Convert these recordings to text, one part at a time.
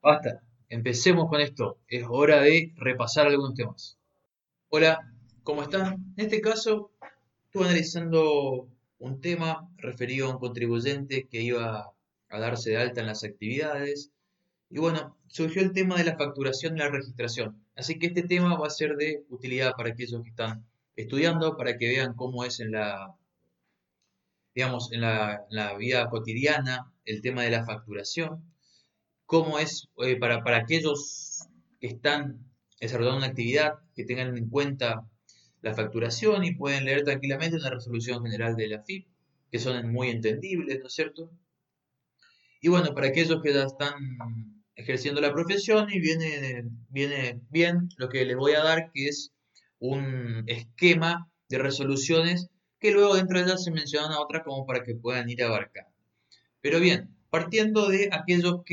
Basta, empecemos con esto. Es hora de repasar algunos temas. Hola, ¿cómo están? En este caso, estuve analizando un tema referido a un contribuyente que iba a darse de alta en las actividades. Y bueno, surgió el tema de la facturación y la registración. Así que este tema va a ser de utilidad para aquellos que están estudiando, para que vean cómo es en la, digamos, en la vida cotidiana el tema de la facturación. Cómo es para aquellos que están desarrollando una actividad, que tengan en cuenta la facturación y pueden leer tranquilamente una resolución general de la FIP, que son muy entendibles, ¿no es cierto? Y bueno, para aquellos que ya están ejerciendo la profesión y viene bien lo que les voy a dar, que es un esquema de resoluciones que luego dentro de ellas se mencionan a otras como para que puedan ir abarcando. Pero bien, partiendo de aquellos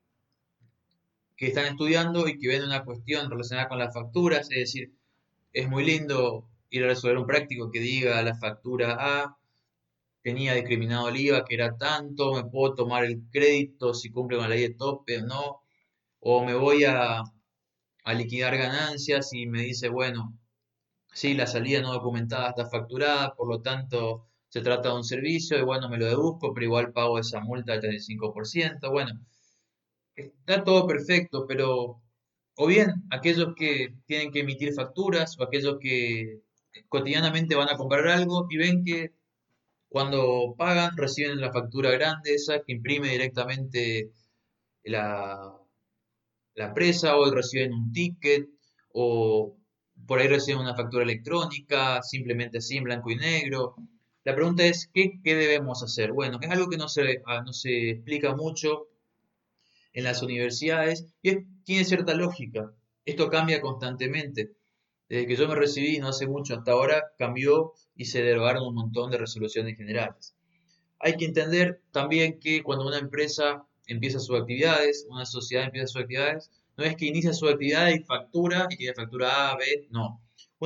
que están estudiando y que ven una cuestión relacionada con las facturas, es decir, es muy lindo ir a resolver un práctico que diga la factura A tenía discriminado el IVA que era tanto, me puedo tomar el crédito si cumple con la ley de tope o no, o me voy a liquidar ganancias y me dice, bueno, sí, la salida no documentada está facturada, por lo tanto se trata de un servicio y bueno, me lo deduzco, pero igual pago esa multa del 35%. Bueno, está todo perfecto, pero o bien aquellos que tienen que emitir facturas o aquellos que cotidianamente van a comprar algo y ven que cuando pagan reciben la factura grande, esa que imprime directamente la, la empresa, o reciben un ticket, o por ahí reciben una factura electrónica, simplemente así en blanco y negro. La pregunta es, ¿qué debemos hacer? Bueno, es algo que no se explica mucho en las universidades y tiene cierta lógica. Esto cambia constantemente. Desde que yo me recibí, no hace mucho hasta ahora, cambió y se derogaron un montón de resoluciones generales. Hay que entender también que cuando una empresa empieza sus actividades, una sociedad empieza sus actividades, no es que inicia su actividad y factura y tiene factura A, B, no.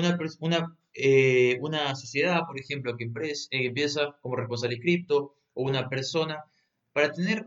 Una sociedad, por ejemplo, que empieza como responsable inscripto o una persona, para tener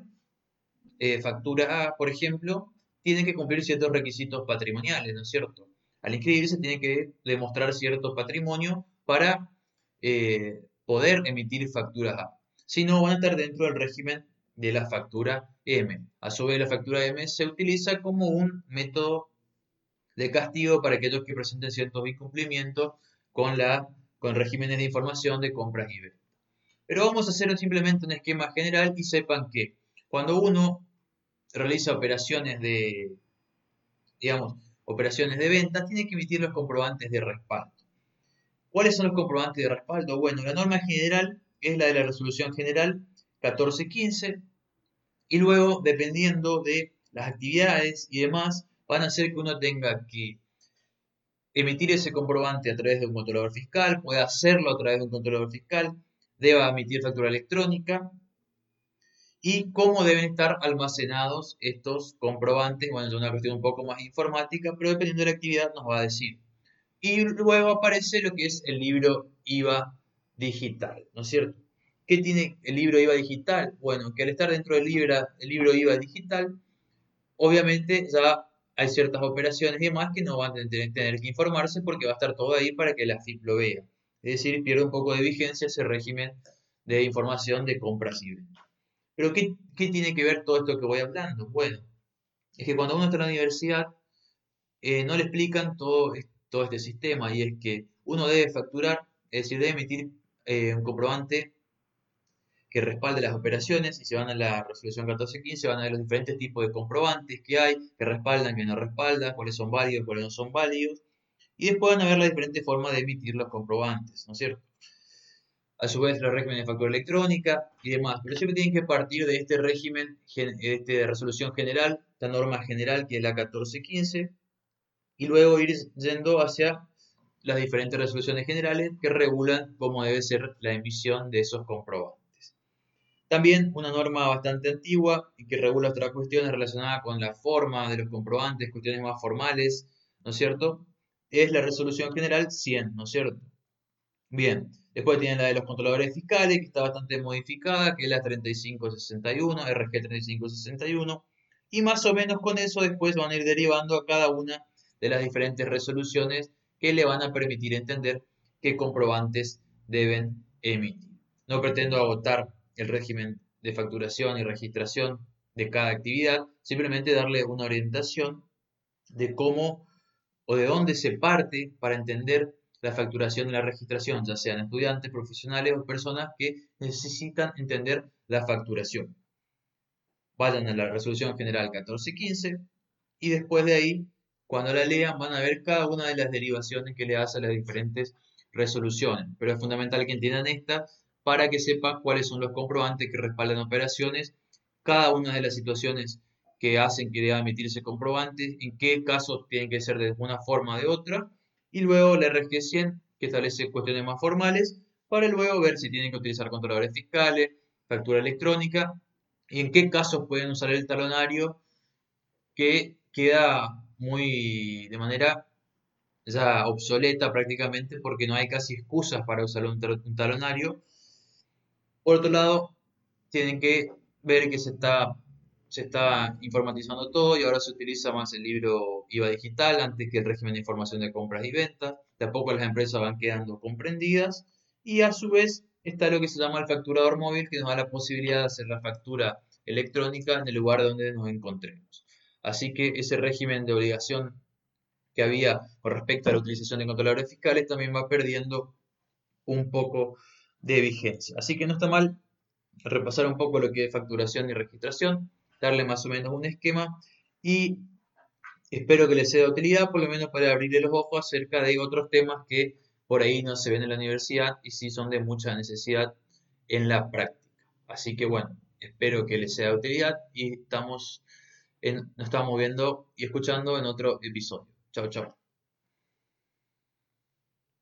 factura A, por ejemplo, tiene que cumplir ciertos requisitos patrimoniales, ¿no es cierto? Al inscribirse tiene que demostrar cierto patrimonio para poder emitir facturas A. Si no, van a estar dentro del régimen de la factura M. A su vez, la factura M se utiliza como un método de castigo para aquellos que presenten ciertos incumplimientos con, con regímenes de información de compras y ventas. Pero vamos a hacer simplemente un esquema general y sepan que cuando uno realiza operaciones digamos, operaciones de venta, tiene que emitir los comprobantes de respaldo. ¿Cuáles son los comprobantes de respaldo? Bueno, la norma general es la de la resolución general 1415 y luego, dependiendo de las actividades y demás, van a hacer que uno tenga que emitir ese comprobante a través de un controlador fiscal, puede hacerlo a través de un controlador fiscal, deba emitir factura electrónica, y cómo deben estar almacenados estos comprobantes. Bueno, es una cuestión un poco más informática, pero dependiendo de la actividad nos va a decir. Y luego aparece lo que es el libro IVA digital, ¿no es cierto? ¿Qué tiene el libro IVA digital? Bueno, que al estar dentro del libro IVA digital, obviamente ya hay ciertas operaciones y demás que no van a tener que informarse porque va a estar todo ahí para que la FIP lo vea. Es decir, pierde un poco de vigencia ese régimen de información de compras y ventas. Pero ¿qué tiene que ver todo esto que voy hablando? Bueno, es que cuando uno está en la universidad no le explican todo este sistema y es que uno debe facturar, es decir, debe emitir un comprobante que respalde las operaciones y se van a la resolución 1415, van a ver los diferentes tipos de comprobantes que hay, que respaldan, que no respaldan, cuáles son válidos, cuáles no son válidos y después van a ver las diferentes formas de emitir los comprobantes, ¿no es cierto? A su vez los regímenes de factura electrónica y demás, pero siempre tienen que partir de este régimen, de resolución general, esta norma general que es la 1415, y luego ir yendo hacia las diferentes resoluciones generales que regulan cómo debe ser la emisión de esos comprobantes. También una norma bastante antigua y que regula otras cuestiones relacionadas con la forma de los comprobantes, cuestiones más formales, ¿no es cierto? Es la resolución general 100, ¿no es cierto? Bien, después tienen la de los controladores fiscales, que está bastante modificada, que es la 3561, RG 3561. y más o menos con eso después van a ir derivando a cada una de las diferentes resoluciones que le van a permitir entender qué comprobantes deben emitir. No pretendo agotar el régimen de facturación y registración de cada actividad, simplemente darle una orientación de cómo o de dónde se parte para entender la facturación y la registración, ya sean estudiantes, profesionales o personas que necesitan entender la facturación. Vayan a la resolución general 1415 y después de ahí, cuando la lean, van a ver cada una de las derivaciones que le hace a las diferentes resoluciones. Pero es fundamental que entiendan esta para que sepan cuáles son los comprobantes que respaldan operaciones, cada una de las situaciones que hacen que deban emitirse comprobantes, en qué casos tienen que ser de una forma o de otra, y luego la RG 100 que establece cuestiones más formales, para luego ver si tienen que utilizar controladores fiscales, factura electrónica, y en qué casos pueden usar el talonario, que queda muy de manera ya obsoleta prácticamente porque no hay casi excusas para usar un talonario. Por otro lado, tienen que ver que se está informatizando todo y ahora se utiliza más el libro IVA digital antes que el régimen de información de compras y ventas. De a poco las empresas van quedando comprendidas y a su vez está lo que se llama el facturador móvil, que nos da la posibilidad de hacer la factura electrónica en el lugar donde nos encontremos. Así que ese régimen de obligación que había con respecto a la utilización de controladores fiscales también va perdiendo un poco de vigencia. Así que no está mal repasar un poco lo que es facturación y registración, darle más o menos un esquema y espero que les sea de utilidad, por lo menos para abrirle los ojos acerca de otros temas que por ahí no se ven en la universidad y sí son de mucha necesidad en la práctica. Así que bueno, espero que les sea de utilidad y nos estamos viendo y escuchando en otro episodio. Chao, chao.